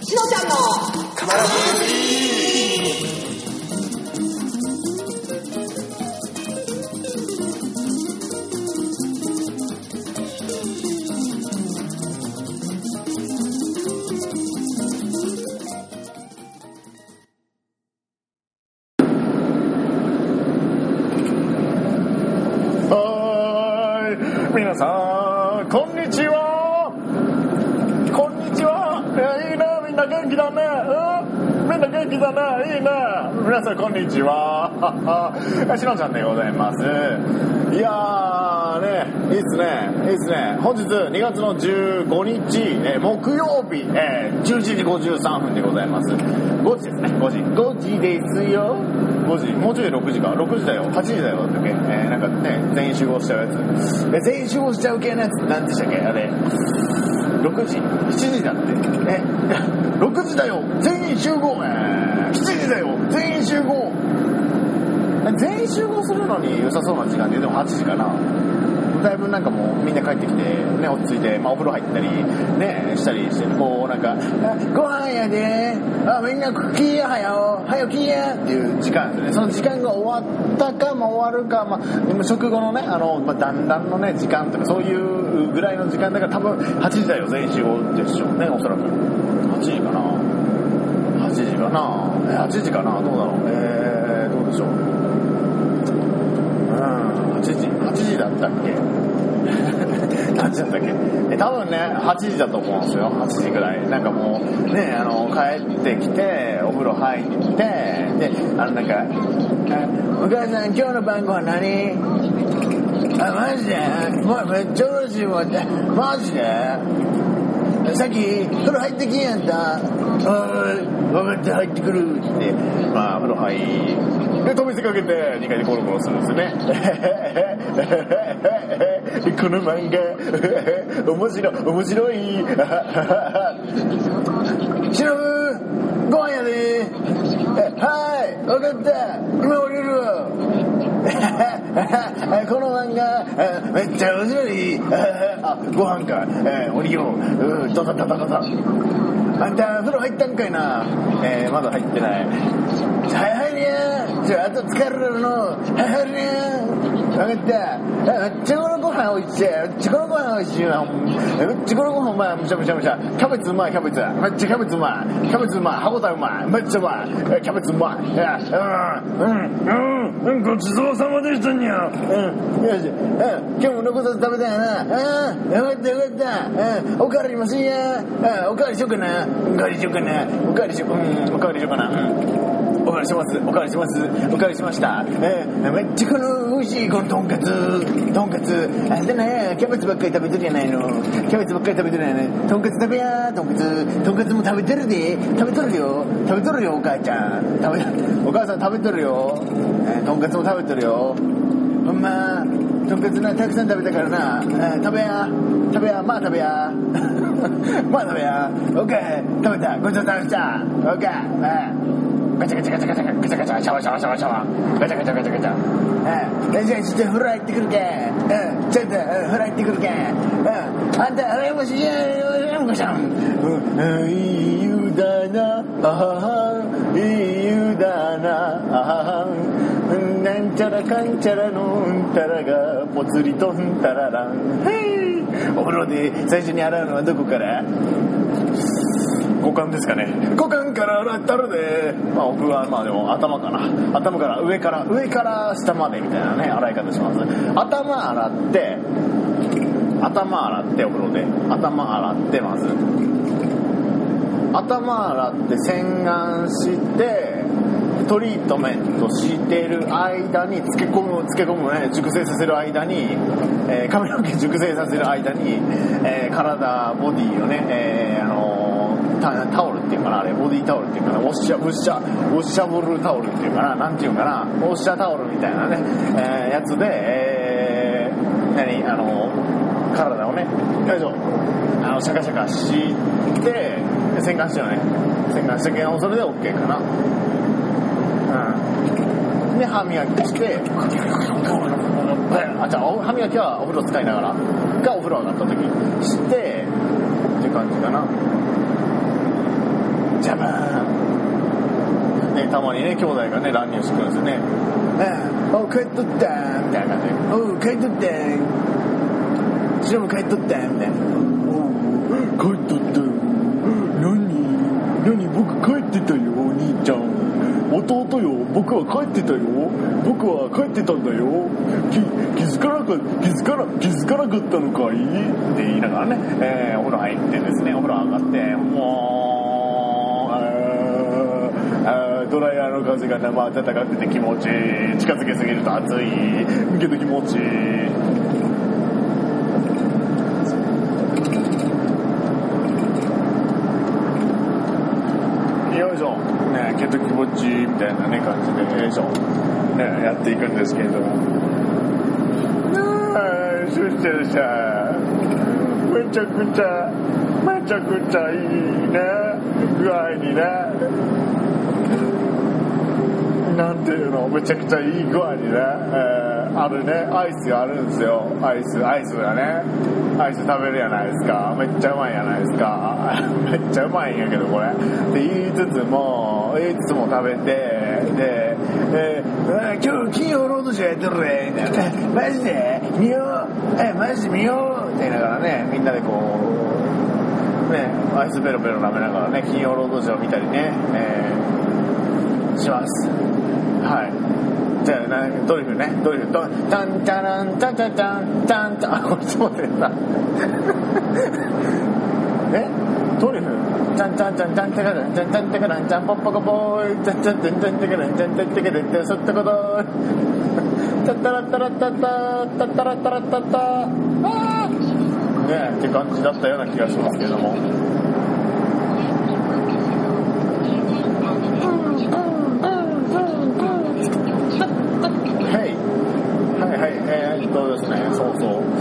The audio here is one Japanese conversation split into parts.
しのちゃんのカマラ皆さんこんにちは。こんにちは。いいね、みんな元気だね。みんな元気だね。いいね。皆さんこんにちは。しのちゃんでございます。いやーね、いいっすね、いいっすね。本日2月の15日、木曜日、11時53分でございます。5時ですね、5時ですよ。5時、もうちょい6時か、6時だよ、8時だよだっけ、なんかね、全員集合しちゃうやつ、全員集合しちゃう系のやつって何でしたっけ、あれ6時、7時だって、6時だよ、全員集合、7時だよ、全員集合、全員集合するのに良さそうな時間で、でも8時かな。だいぶなんかもうみんな帰ってきて、ね、落ち着いて、お風呂入ったり、ね、したりして、こうなんか、ご飯やで、みんな来いや、はよ来いやっていう時間ですね。その時間が終わったか、終わるか、食後のね、だんだんのね、時間とか、そういうぐらいの時間だから、多分8時だよ、全員集合でしょうね、おそらく。8時かな。8時かな。8時かな、どうだろう。どうでしょう。8時だったっけ何時だったっけ、多分ね8時だと思うんですよ。8時ぐらい、なんかもうね、帰ってきてお風呂入ってで、なんかお母さん今日の晩ご飯何、マジで、めっちゃ嬉しいもん、マジで、さっき風呂入ってきんやんた、分かって入ってくるって、風呂入で飛びつかけて2階でコロコロするんですね。この漫画面白い。しのぶご飯やで、はい分かった、今降りるわ。この漫画めっちゃ面白い。ご飯か、降りよう。ドタドタドタ。あんた風呂入ったんかいな。まだ入ってない。入りや、あと疲れるの。入りや、分かった。めっちゃこのご飯おいしい。めっちゃこのご飯おいしいわ。めっちゃこのご飯うまい。むしゃむしゃむしゃ。キャベツうまい、キャベツ。めっちゃキャベツうまい。キャベツうまい。歯応えうまい。めっちゃうまい。キャベツうまい。ごちそうさまでしたにゃ。よし。今日も残さず食べたいな。よかったよかった。おかわりもしんや。おかわりしようかな。おかわりしようかな。おかわりしようかな。おかわりしました。めっちゃこの美味しいこのとんかつあんたね、キャベツばっかり食べてるやないの。キャベツばっかり食べてるやない。とんかつ食べや、とんかつも食べてるで。食べとるよお母ちゃん。お母さん食べとるよ。とんかつも食べとるよ。ほんまとんかつな、たくさん食べたからな。食べや、まあ食べや。まあ食べや。オッケー、食べた。ごちそうさまでした。オッケー。ガチャガチャガチャガチャガチャガチャシャワシャワシャワシャワガチャガチャガチャガチャ。じゃあちょっと風呂入ってくるけ。ちょっと風呂入ってくるけ。あんた洗いもしやよごしゃん。いい湯だな、いい湯だな、なんちゃらかんちゃらのんたらがぽつりとんたららん。お風呂で最初に洗うのはどこから？股間ですかね。股間から洗ったるで。僕はでも頭かな。頭から上から下までみたいなね洗い方します。頭洗ってお風呂で頭洗ってまず頭洗って洗顔してトリートメントしてる間に漬け込むね、熟成させる間に、髪の毛熟成させる間に、体ボディをね、タオルっていうかな、あれボディタオルっていうかな、ウォッシャブルタオルっていうかな、なんていうかな、ウォッシャータオルみたいなね、やつで、体をね、よいしょ、シャカシャカして洗顔してよね、洗顔してそれで OK かな。で歯磨きして歯磨きはお風呂使いながらお風呂上がった時してっていう感じかな。 ジャバーン、ね、たまにね兄弟がね乱入してくるんですよね。お帰っとったみたいな感じで、お帰っとったシロも帰っとったみたいな、帰っとった、何僕帰ってたよお兄ちゃん、弟よ、僕は帰ってたよ、僕は帰ってたんだよ、気づかなかったのかいって言いながらね、お風呂入ってですね、お風呂上がってもうドライヤーの風が生暖かくて気持ちいい、近づけすぎると暑いけど気持ちいい、よいしょね、けど気持ちいいみたいなね感じでよいしょねやっていくんですけれども、そしてるさ、めちゃくちゃいいね具合にね、なんていうの、めちゃくちゃいい具合にね、あるねアイスがあるんですよ、アイスがね、アイス食べるやないですか、めっちゃうまいやないですかめっちゃうまいんやけどこれって言いつつも食べて、で、今日金曜ロードショーやってるねみたいな、マジで見よう、マジで見ようって言いながらね、みんなでこうねアイスペロペロ舐めながらね金曜ロードショー見たりね、します。はい、じゃあドリフね、ドリフとタンタランタタタンタンタン、あ、これそうだよなドリフタンタンタンタンタカランタンタンタカランタンポッポコポーイタンタンタンタンタカランタンタンタカランタンそったことタッタラッタラッタッタタッタラッタラッタッタあーねって感じだったような気がしますけども、ですね、そう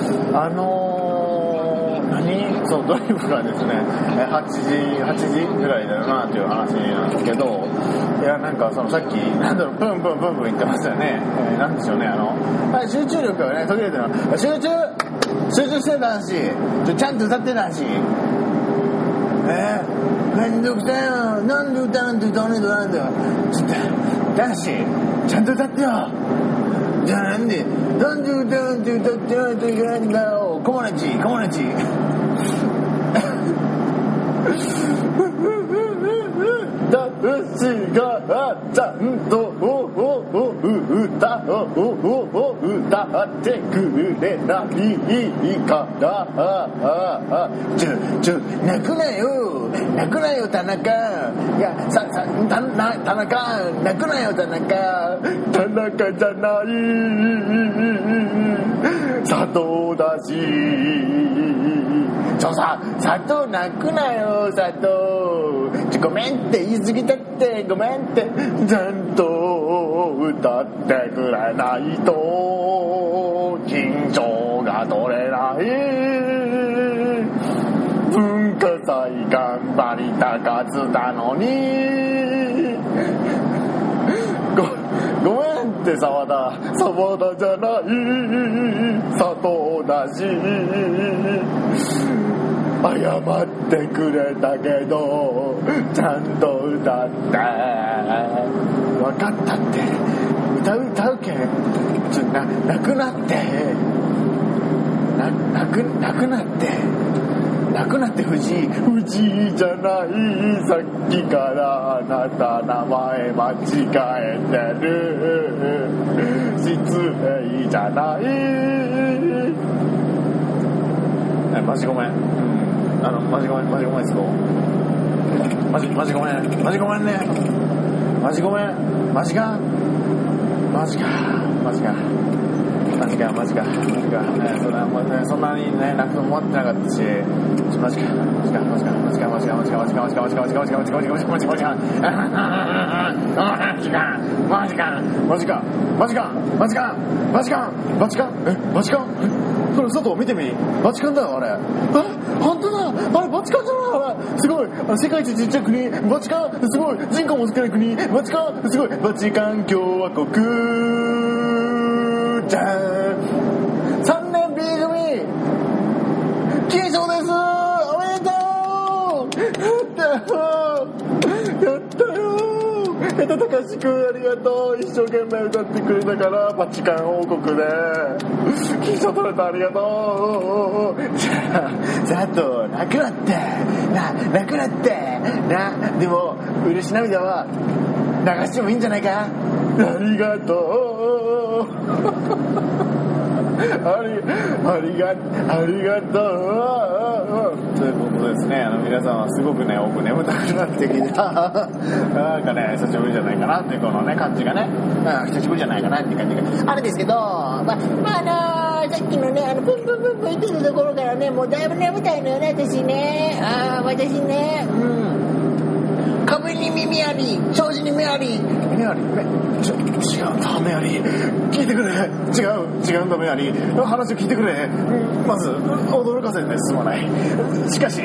そうドリフがですね8時ぐらいだよなっていう話なんですけど、いやなんかそのさっきなんだろうブンブン言ってましたよね、なんでしょうね、集中力がね途切れてるの、集中してたしちゃんと歌ってたし、めんどくさいよ、なんで歌うんって歌わねえとなんだよ、ちょっと男子ちゃんと歌ってよ、じゃあなんで歌うんって歌ってないといけないんだよ、コモネチダンスがちゃんと歌ってくれないから泣くなよ田中、いや田中泣くなよ田中じゃない佐藤だし、佐藤泣くなよ佐藤、ごめんって言い過ぎたって、ごめんってちゃんと歌ってくれないと緊張が取れない、文化祭頑張りたかったのにごめんって沢田じゃない佐藤だし、謝ってくれたけどちゃんと歌って分かったって歌うけん泣くなって藤井じゃない、さっきからあなた名前間違えてる、失礼じゃない、マジごめんマジごめんですよ、マジごめんね、マジか、そんなにね泣くと思ってなかったし、マジかこれ外を見てみ、バチカンだよあれ、本当だ、あれバチカンじゃない、あれすごい、世界一ちっちゃい国バチカン、すごい人口も少ない国バチカン、すごいバチカン共和国じゃん、3年 B 組金賞です、おめでとうたかしくありがとう。一生懸命歌ってくれたからバチカン王国で金賞取れた。ありがとう。さあと泣くなって泣くなってな。でも嬉し涙は流してもいいんじゃないか。ありがとうありがとうということですね。皆さんはすごくね僕眠たくなってきたなんかね久しぶりじゃないかなっていうこのね感じがね、久しぶりじゃないかなっていう感じがあるんですけど、さっきのねプンプンプンプン言ってるところからねもうだいぶ眠たいのよね私ね。私ね壁に耳あり障子に目あり違うんだ目あり聞いてくれ。違うんだ目あり話を聞いてくれ。まず驚かせてすまない。しかし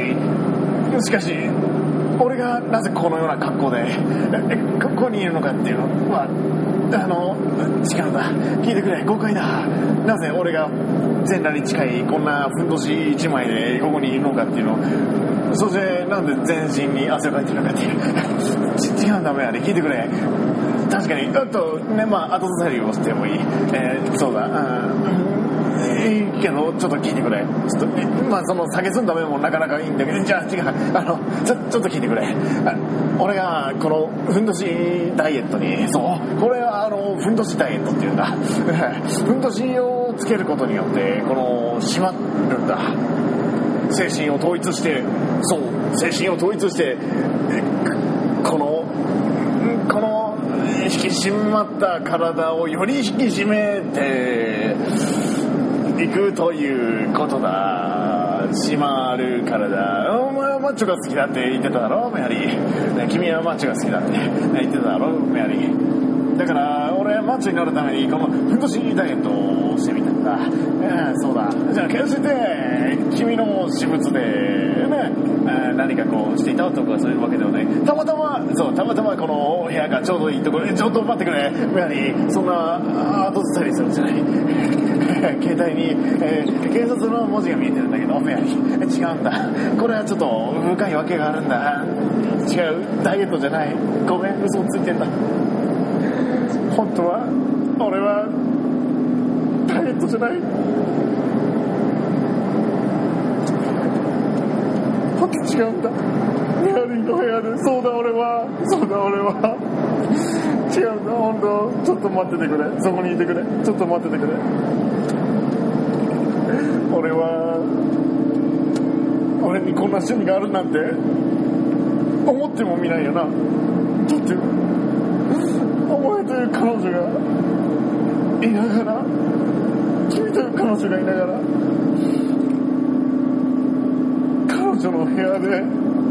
俺がなぜこのような格好でここにいるのかっていうのは違うんだ聞いてくれ。誤解だ。なぜ俺が全裸に近いこんなふんどし一枚でここにいるのかっていうの。そしてなんで全身に汗をかいてるのかっていう違うんだ目あり聞いてくれ。確かにね後ずさりをしてもいい。そうだいいけどちょっと聞いてくれ。ちょっとその酒すんだ目もなかなかいいんだけどじゃあ違うちょっと聞いてくれ。俺がこのふんどしダイエットにこれはふんどしダイエットっていうんだふんどしをつけることによってこの締まるんだ。精神を統一してこの引き締まった体をより引き締めていくということだ。締まる体。お前はマッチョが好きだって言ってただろメアリー。君はマッチョが好きだって言ってただろメアリー。だから俺マッチョになるためにこのふんどしダイエットをしてみたんだ。そうだ。じゃあ決して君の私物でね何かこうしていたとかそういうわけではない。たまたまこの部屋がちょうどいいところでちょっと待ってくれメアリー。そんな後ずさりするんじゃない携帯に、警察の文字が見えてるんだけどメアリー違うんだ。これはちょっと深いわけがあるんだ。違うダイエットじゃない。ごめん嘘をついてんだ。本当は俺はダイエットじゃない。本当違うんだ。メアリーの部屋でそうだ俺は違うんだ。本当ちょっと待っててくれ。そこにいてくれ。ちょっと待っててくれ。俺にこんな趣味があるなんて思ってもみないよな。だってお前という彼女がいながら君という彼女がいながら彼女の部屋で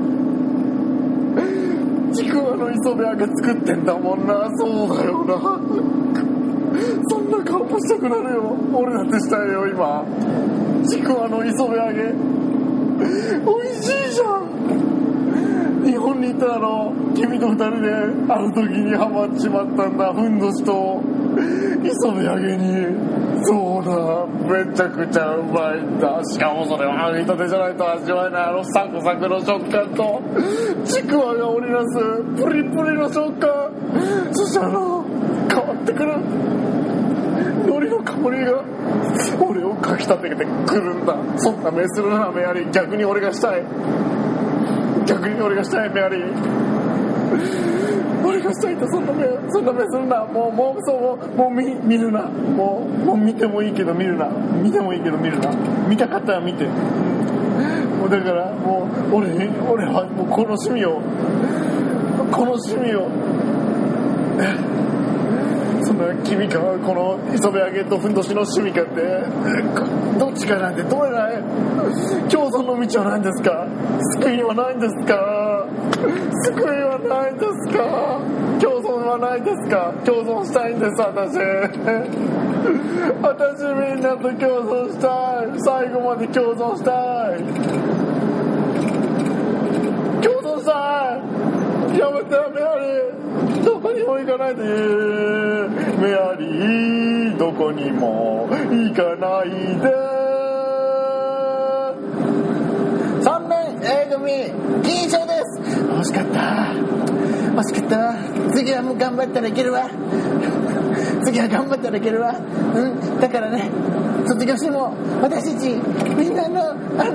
ちくわの磯辺揚げ作ってんだもんな。そうだよな。そんな顔したくなるよ。俺だってしたいよ今。ちくわの磯辺揚げ美味しいじゃん。日本に行った君と二人である時にハマっちまったんだ。ふんどしと磯辺揚げに。そうだめちゃくちゃうまいんだ。しかもそれは揚げたてじゃないと味わえないサクサクの食感とちくわが織りなすプリプリの食感。そして変わってくる海苔の香りが俺をかきたててくるんだ。そんな目するなメアリー。逆に俺がしたいメアリー。俺がしたいとそんな目するな。もう見るな。もう見てもいいけど見るな。見たかったら見て。もうだからもう俺はもうこの趣味をそんな君かこの磯辺揚げとふんどしの趣味かってどっちかなんてどれない。共存の道はないんですか。救いはないんですか。救いはないんですか。共存はないですか。共存したいんです私みんなと共存したい。最後まで共存したい。共存したい。やめてメアリー。どこにも行かないでメアリー。どこにも行かないで。3面 A 組金賞です。惜しかった惜しかったわ。次はもう頑張ったらいけるわ。次は頑張ったらいけるわ。だからね、卒業しても私たちみんなの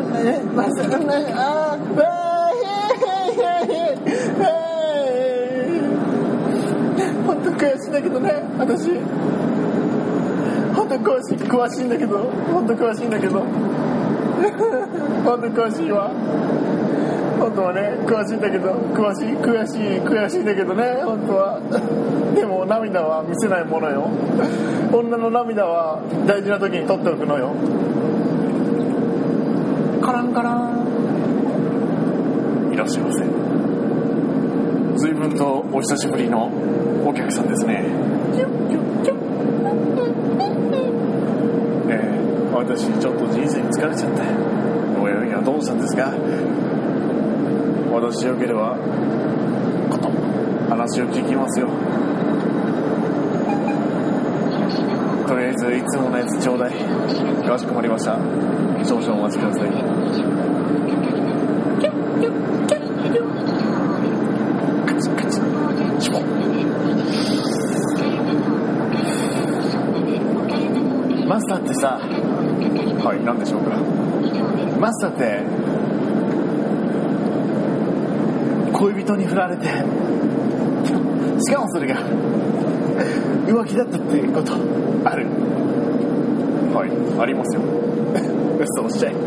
本当悔しいんだけどね、私本当詳しいんだけど、本当詳しいんだけど本当詳しいわ。本当はね、詳しいんだけど、悔しいんだけどね、本当は。でも涙は見せないものよ。女の涙は大事な時に取っておくのよ。カランカラン。いらっしゃいませ。随分とお久しぶりのお客さんですね。私ちょっと人生に疲れちゃった。おやおや、どうしたんですか？私よければ話を聞きますよ。とりあえずいつものやつちょうだい。かしこまりました。少々お待ちください。カチカチシュポン。マスターってさ、はい、何でしょうか。マスターって恋人に振られて、しかもそれが浮気だったっていうことある？はい、ありますよ。嘘おっしゃい。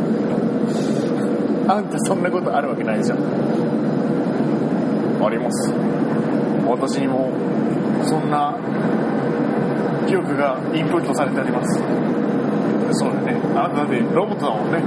あんたそんなことあるわけないでしょ。あります。私にもそんな記憶がインプットされてあります。そうだね、あなただってロボットだもんね。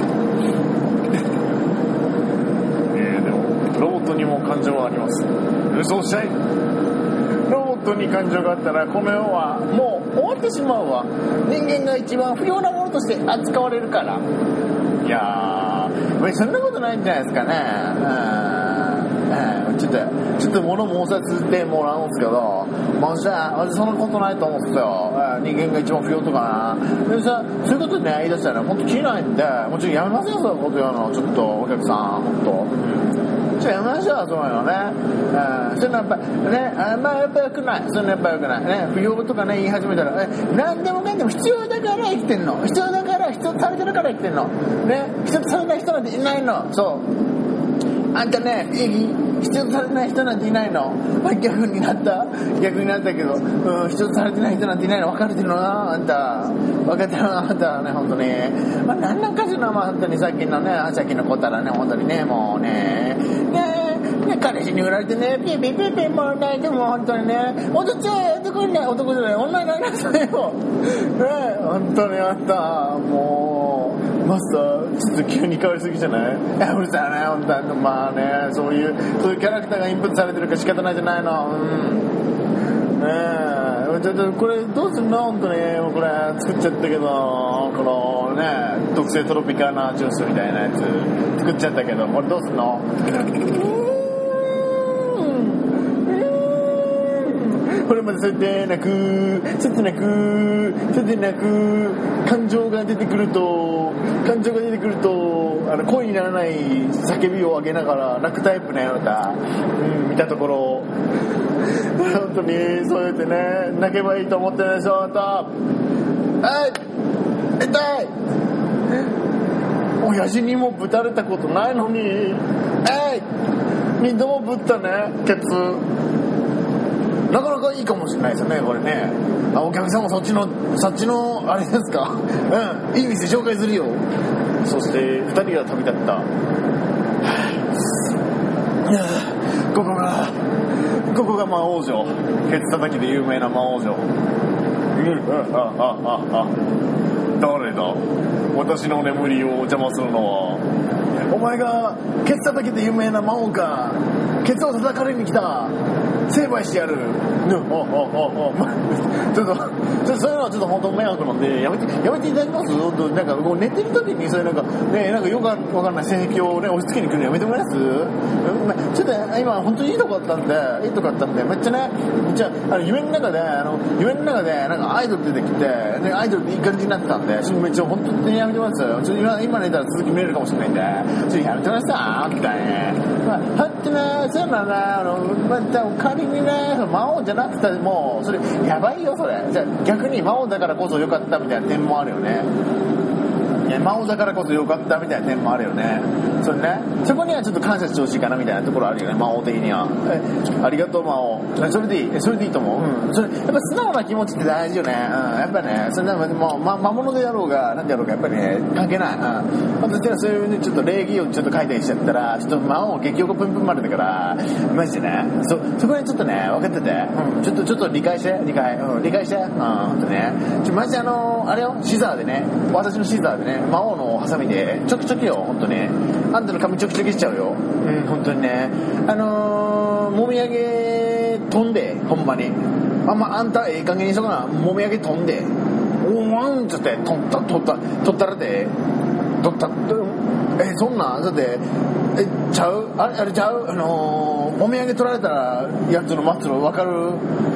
でもロボットにも感情はあります。嘘おっしゃい。ロボットに感情があったらこの世はもう終わってしまうわ。人間が一番不要なものとして扱われるから。いやー、そんなことないんじゃないですかね。ちょっと物申させてもらうんですけど、私そんなことないと思うんですよ。人間が一番不要とかな。でさ、そういうことね言い出したら本当気にないんで、もちろんやめませんよ、そういうこと言うの。ちょっとお客さん、本当。ちょっとやめましょう、そういうのね。そういうのやっぱね、まあやっぱ良くない。そういうのやっぱ良くないね。不要とかね言い始めたら、何でもかんでも必要だから生きてんの。必要だから必要とされてるから生きてんの。ね、必要とされない人なんていないの。そう。あんたね、必要とされない人なんていないの。逆になったけど、必要とされてない人なんていないの分かってるのな、あんた。分かってるのあんたね、本当に。なんなんかしら、本当にさっきの子たらね、本当にね、もうね、彼氏に振られてね、ピーピーピーピーもうね、でも本当にね、男じゃない、女になりなさいよ。本当にあんた、もう、マスター、ちょっと急に変わりすぎじゃない？うるさいね、本当に。まあね、そういうキャラクターがインプットされてるから仕方ないじゃないの。ちょっとこれどうすんの？本当にもうこれ作っちゃったけど、このね特製トロピカなジュースみたいなやつ作っちゃったけど、これどうすんの？これまでそうやって泣く感情が出てくると声にならない叫びを上げながら泣くタイプね、あなた。見たところ本当にそうやってね泣けばいいと思ってるでしょ、あんた。痛い。親父にもぶたれたことないのに、2度もぶったね、ケツ。なかなかいいかもしれないですよね、これね。お客さんもそっちのあれですか。いい店紹介するよ。そして2人が旅立った。ここが魔王城。ケツ叩きで有名な魔王城。誰だ？私の眠りをお邪魔するのは。お前がケツ叩きで有名な魔王か。ケツを叩かれに来た。 成敗してやる。ちょっとそういうのはちょっと本当迷惑なんでやめていただきます。なんかこう寝てる時にそういうなんかね、なんかよくわかんない性癖をね押し付けに来るのやめてもらえます。ちょっと今本当にいいとこあったんでめっちゃね、じゃあ夢の中でなんかアイドル出てきて、ね、アイドルでいい感じになってたんで、めっちゃ本当にやめてもらえます。ちょっと今寝たら続き見れるかもしれないんで、ちょっとやめてもらえますみたいね。はってね、そういうのはね、仮にね魔王じゃなくてもそれやばいよそれ。じゃあ逆に魔王だからこそ良かったみたいな点もあるよね。魔王だからこそ良かったみたいな点もあるよね。それね、そこにはちょっと感謝してほしいかなみたいなところあるよね、魔王的には。ありがとう魔王。それでいいと思う。それやっぱ素直な気持ちって大事よね。やっぱね、それでも魔物でやろうが何でやろうがやっぱりね関係ない。私はそういうねちょっと礼儀をちょっと書いたりしちゃったら、ちょっと魔王激横プンプンまでだからマジでね。そこにちょっとね分かってて、ちょっと理解して。本当ね。マジあれよ、シザーでね、私のシザーでね。魔王のハサミでちょきよ、本当ね。あんたの髪ちょきしちゃうよ。本当にね。もみあげ飛んで、ほんまに。あんたええ加減にしとかな。もみあげ飛んで。ワンちょって取ったらで。そんなだってちゃうあれちゃうもみあげ取られたらやつの待つの分かる。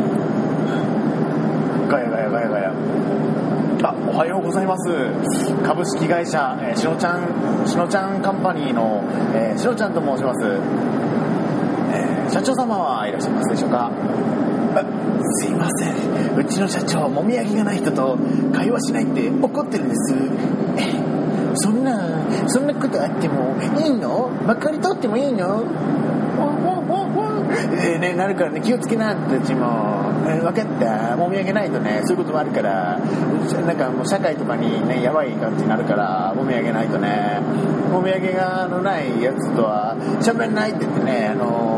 ガヤおはようございます。株式会社しのちゃんカンパニーのしのちゃんと申します。社長様はいらっしゃいますでしょうか。すいません、うちの社長もみあげがない人と会話しないって怒ってるんです。そんなことあってもいいの？まかり通ってもいいの？ね、なるからね、気をつけなってちも、分かった。もみあげないとね、そういうこともあるから、なんかもう社会とかにね、やばい感じになるから、もみあげないとね、もみあげがないやつとは喋れないって言ってね、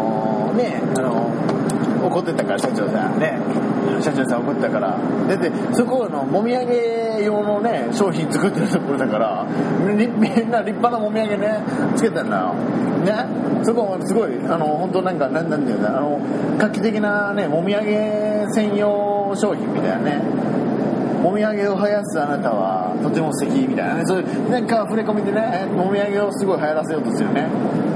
怒ってたから、社長さん怒ってたから。だってそこのもみあげ用のね商品作ってるところだから、みんな立派なもみあげねつけてんだよね。そこはすごい本当なんていうんだ、画期的なねもみあげ専用商品みたいなね。もみあげを生やすあなたはとても素敵みたいなね、そういうなんか触れ込みでね、もみあげをすごい流行らせようとするね。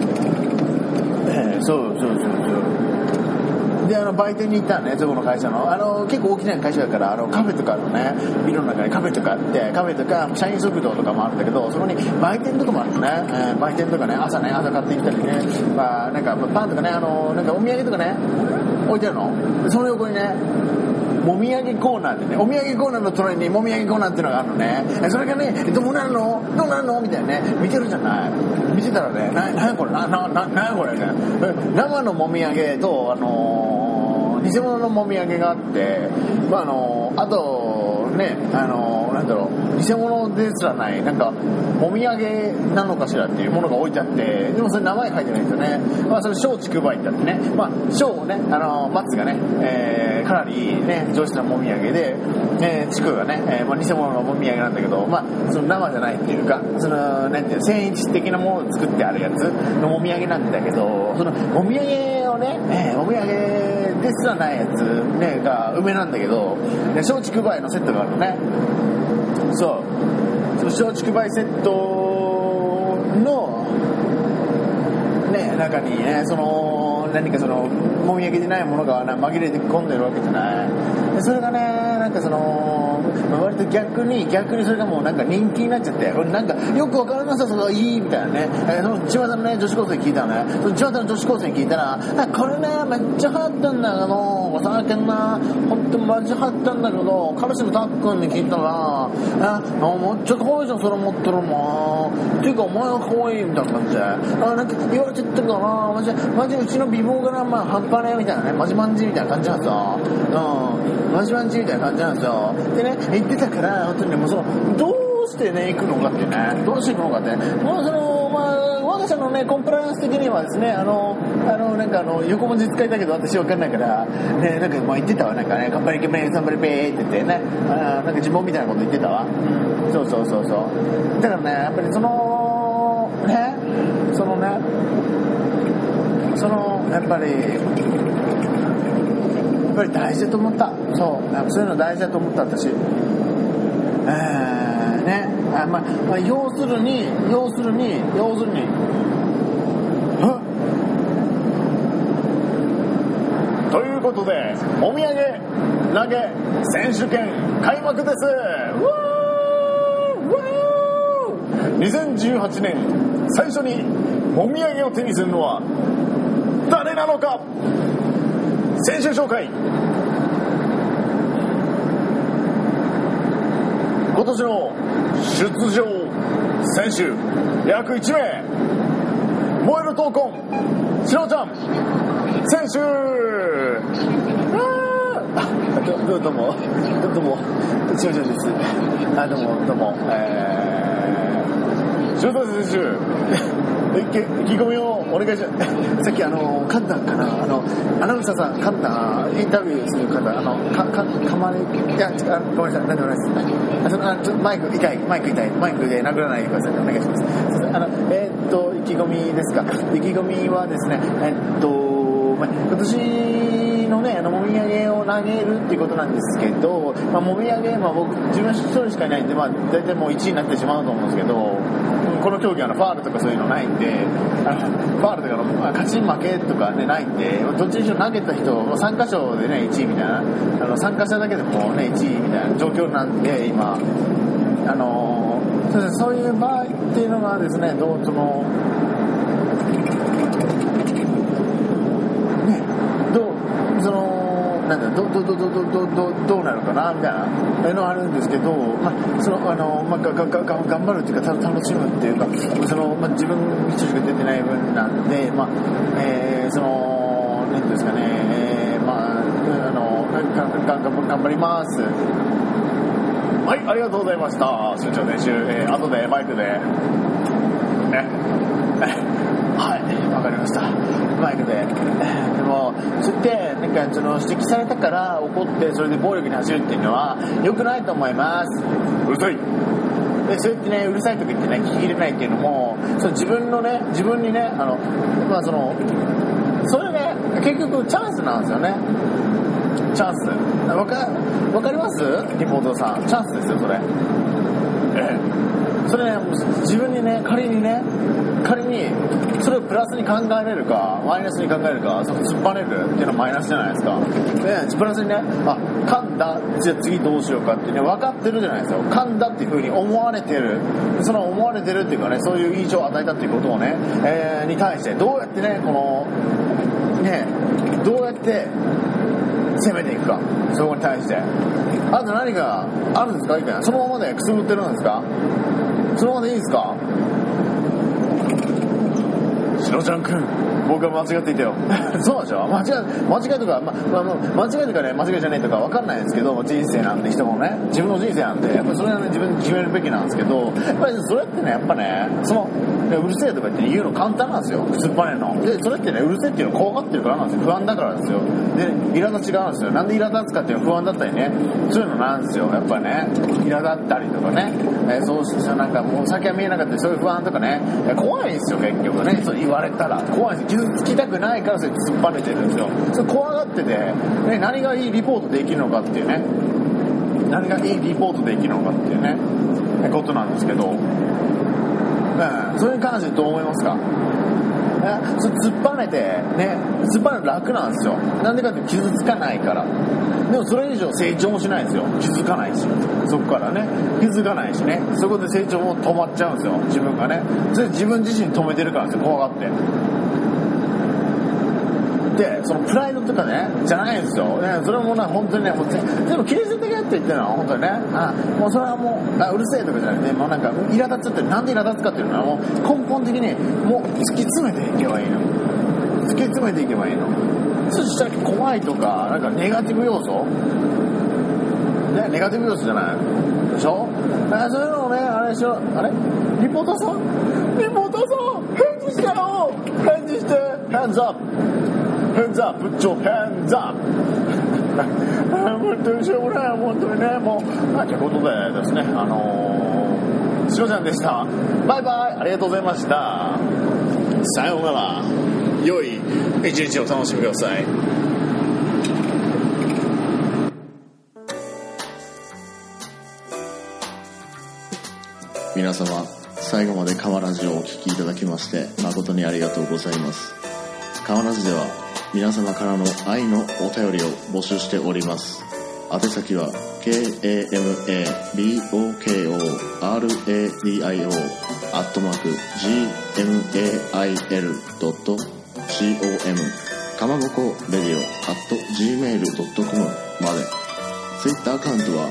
そうで売店に行ったらね、そこの会社の結構大きな会社だからカフェとかあるのね。ビルの中にカフェとかあって、カフェとか社員食堂とかもあるんだけど、そこに売店とかもあるのね。売店とかね、朝買ってきたりね、なんかパンとかね、なんかお土産とかね置いてあるの。その横にねもみあげコーナーでね、お土産コーナーの隣にもみあげコーナーっていうのがあるのね。それがね、どうなるのみたいなね、見てるじゃない。見てたらね、なんやこれね、生のもみあげと偽物のもみあげがあって、あとね、偽物ですらないなんかもみあげなのかしらっていうものが置いてあって、でもそれ名前書いてないんですよね。それ小竹梅ってあってね、小をね松がね、かなりね上質なもみあげで、竹がね、偽物のもみあげなんだけど、その生じゃないっていうか、そのなんていう繊維質的なものを作ってあるやつのもみあげなんだけど、そのもみあげをね、もみあげですらないやつねが梅なんだけど、小竹梅のセットがあるのね。そう松竹梅セットのね中にね何かもみあげでないものが紛れて込んでるわけじゃない。でそれがねなんか割と逆にそれがもうなんか人気になっちゃって、なんかよくわからなさそうがいいみたいなね。その巷のね女子高生に聞いたのね。その巷の女子高生に聞いたら、これねめっちゃ流行ってんだけど、最近な本当マジ流行ってんだけど、彼氏のたっくんに聞いたら、もうちょっと可愛いじゃんそれ持ってるもん。っていうかお前が可愛いみたいな感じで、なんか言われちゃってるからな、マジうちの美貌が半端ねえみたいなね、マジマンジみたいな感じなんですよ。マジマンジみたいな感じなんですよ。でね言ってたから、本当にねもうどうしてね行くのかってね、どうして行くのかってね、もう我が社のねコンプライアンス的にはですね、なんか横文字使いたけど私わかんないからね、なんか言ってたわ、なんかねカンパニーメイサンバリペーって言ってね、なんか自分みたいなこと言ってたわ。そうだからねやっぱりやっぱりっぱり大事だと思った。そういうの大事だと思った私。要するにということでお土産投げ選手権開幕です。2018年最初にお土産を手にするのは誰なのか。選手紹介。今年の出場選手約1名。燃える闘魂しのちゃん選手。どうもしのちゃんです。どうもしのちゃん選手意気込みをお願いします。さっきカンタかな、アナウンサーさんカンタインタビューする方かまれ、いやごめんなさい、何でもないです。マイク痛い、マイクで殴らないでください。お願いします。意気込みですか。意気込みはですね、今年のね、もみあげを投げるっていうことなんですけど、もみあげ、僕自分一人しかいないんで、大体もう1位になってしまうと思うんですけど、この競技はファールとかそういうのないんで、ファールとかの勝ち負けとかねないんで、どっちにしろ投げた人3箇所でね1位みたいな、参加者だけでもね1位みたいな状況なんで今、そういう場合っていうのがですね、どうなるかなみたいなのあるんですけど、頑張るっていうか楽しむっていうか、自分一人しか出てない分なんで、なんていうんですかね、頑張ります。はい、ありがとうございました。しのちゃん選手、後でマイクではい、わかりました。マイクで。でも、そうやって指摘されたから怒ってそれで暴力に走るっていうのは良くないと思います。うるさい。で、そうやってね、うるさいとか言ってね、聞き入れないっていうのも、自分にね、それね、結局チャンスなんですよね。チャンス。わかります？リポートさん。チャンスですよ、それ。それね、自分にね、仮にそれをプラスに考えれるかマイナスに考えるか、突っ張れるっていうのはマイナスじゃないですか。でプラスにね、噛んだ、じゃあ次どうしようかってね、分かってるじゃないですか。噛んだっていう風に思われてる、その思われてるっていうかね、そういう印象を与えたっていうことをね、に対してどうやってね、どうやって攻めていくか、そこに対して。あと何かあるんですかみたいな。そのままでくすぶってるんですか？そのままでいいですか？しのちゃんくん、僕は間違っていたよ。そうでしょ。間違いとか、間違いとかね、間違いじゃないとか分かんないんですけど、人生なんで、人もね、自分の人生なんで、やっぱりそれはね、自分で決めるべきなんですけど、やっぱりそれってね、やっぱね、うるせえとか言って言うの簡単なんですよ。突っ張れるの。で、それってね、うるせえっていうの怖がってるからなんですよ。不安だからですよ。で、苛立ちがあるんですよ。なんで苛立つかっていうのは不安だったりね、そういうのなんですよ。やっぱね、苛立ったりとかね、そうしたなんかもう先は見えなかったり、そういう不安とかね、怖いんですよ、結局ね。そう言われたら怖いんですよ。傷つきたくないからそれ突っ張れてるんですよ。それ怖がってて、ね、何がいいリポートできるのかっていうね、何がいいリポートできるのかっていうね、ことなんですけど、それに関してどう思いますか？それ突っ張れてね、突っ張る楽なんですよ。なんでかって傷つかないから。でもそれ以上成長もしないんですよ。気づかないし、そこからね気づかないしね、そこで成長も止まっちゃうんですよ、自分がね。それ自分自身止めてるからですよ、怖がって。で、そのプライドとかねじゃないんですよ、ね、それもね本当にね、でも切り捨ててやって言ってるのは本当にね、もうそれはもううるせえとかじゃなくて、もうなんか苛立つって、なんで苛立つかっていうのはもう根本的にもう突き詰めていけばいいの。突き詰めていけばいいの。そしたら怖いとかなんかネガティブ要素ね、ネガティブ要素じゃないでしょ。そういうのをね、あれしろ、あれリポーターさん返事してよ、返事して、hands up put your hands up 本当にしょうもない、本当にね、もうということでですね、しのちゃんでした。バイバイ、ありがとうございました。さようなら、良い一日を楽しみください。 皆様最後までカマラジをお聞きいただきまして誠にありがとうございます。カマラジでは皆様からの愛のお便りを募集しております。宛先は kamabokoradio@gmail.com かまぼこレディオ @gmail.com まで。ツイッターアカウントは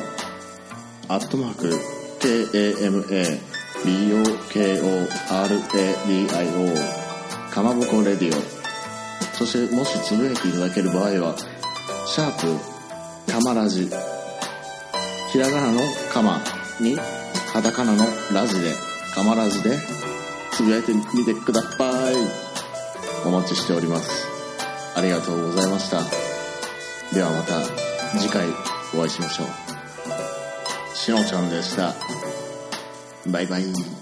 @KAMABOKORADIO かまぼこレディオ。そしてもしつぶやいていただける場合はシャープかまラジ、ひらがなのかまにカタカナのラジでかまラジでつぶやいてみてください。お待ちしております。ありがとうございました。ではまた次回お会いしましょう。しのちゃんでした。バイバイ。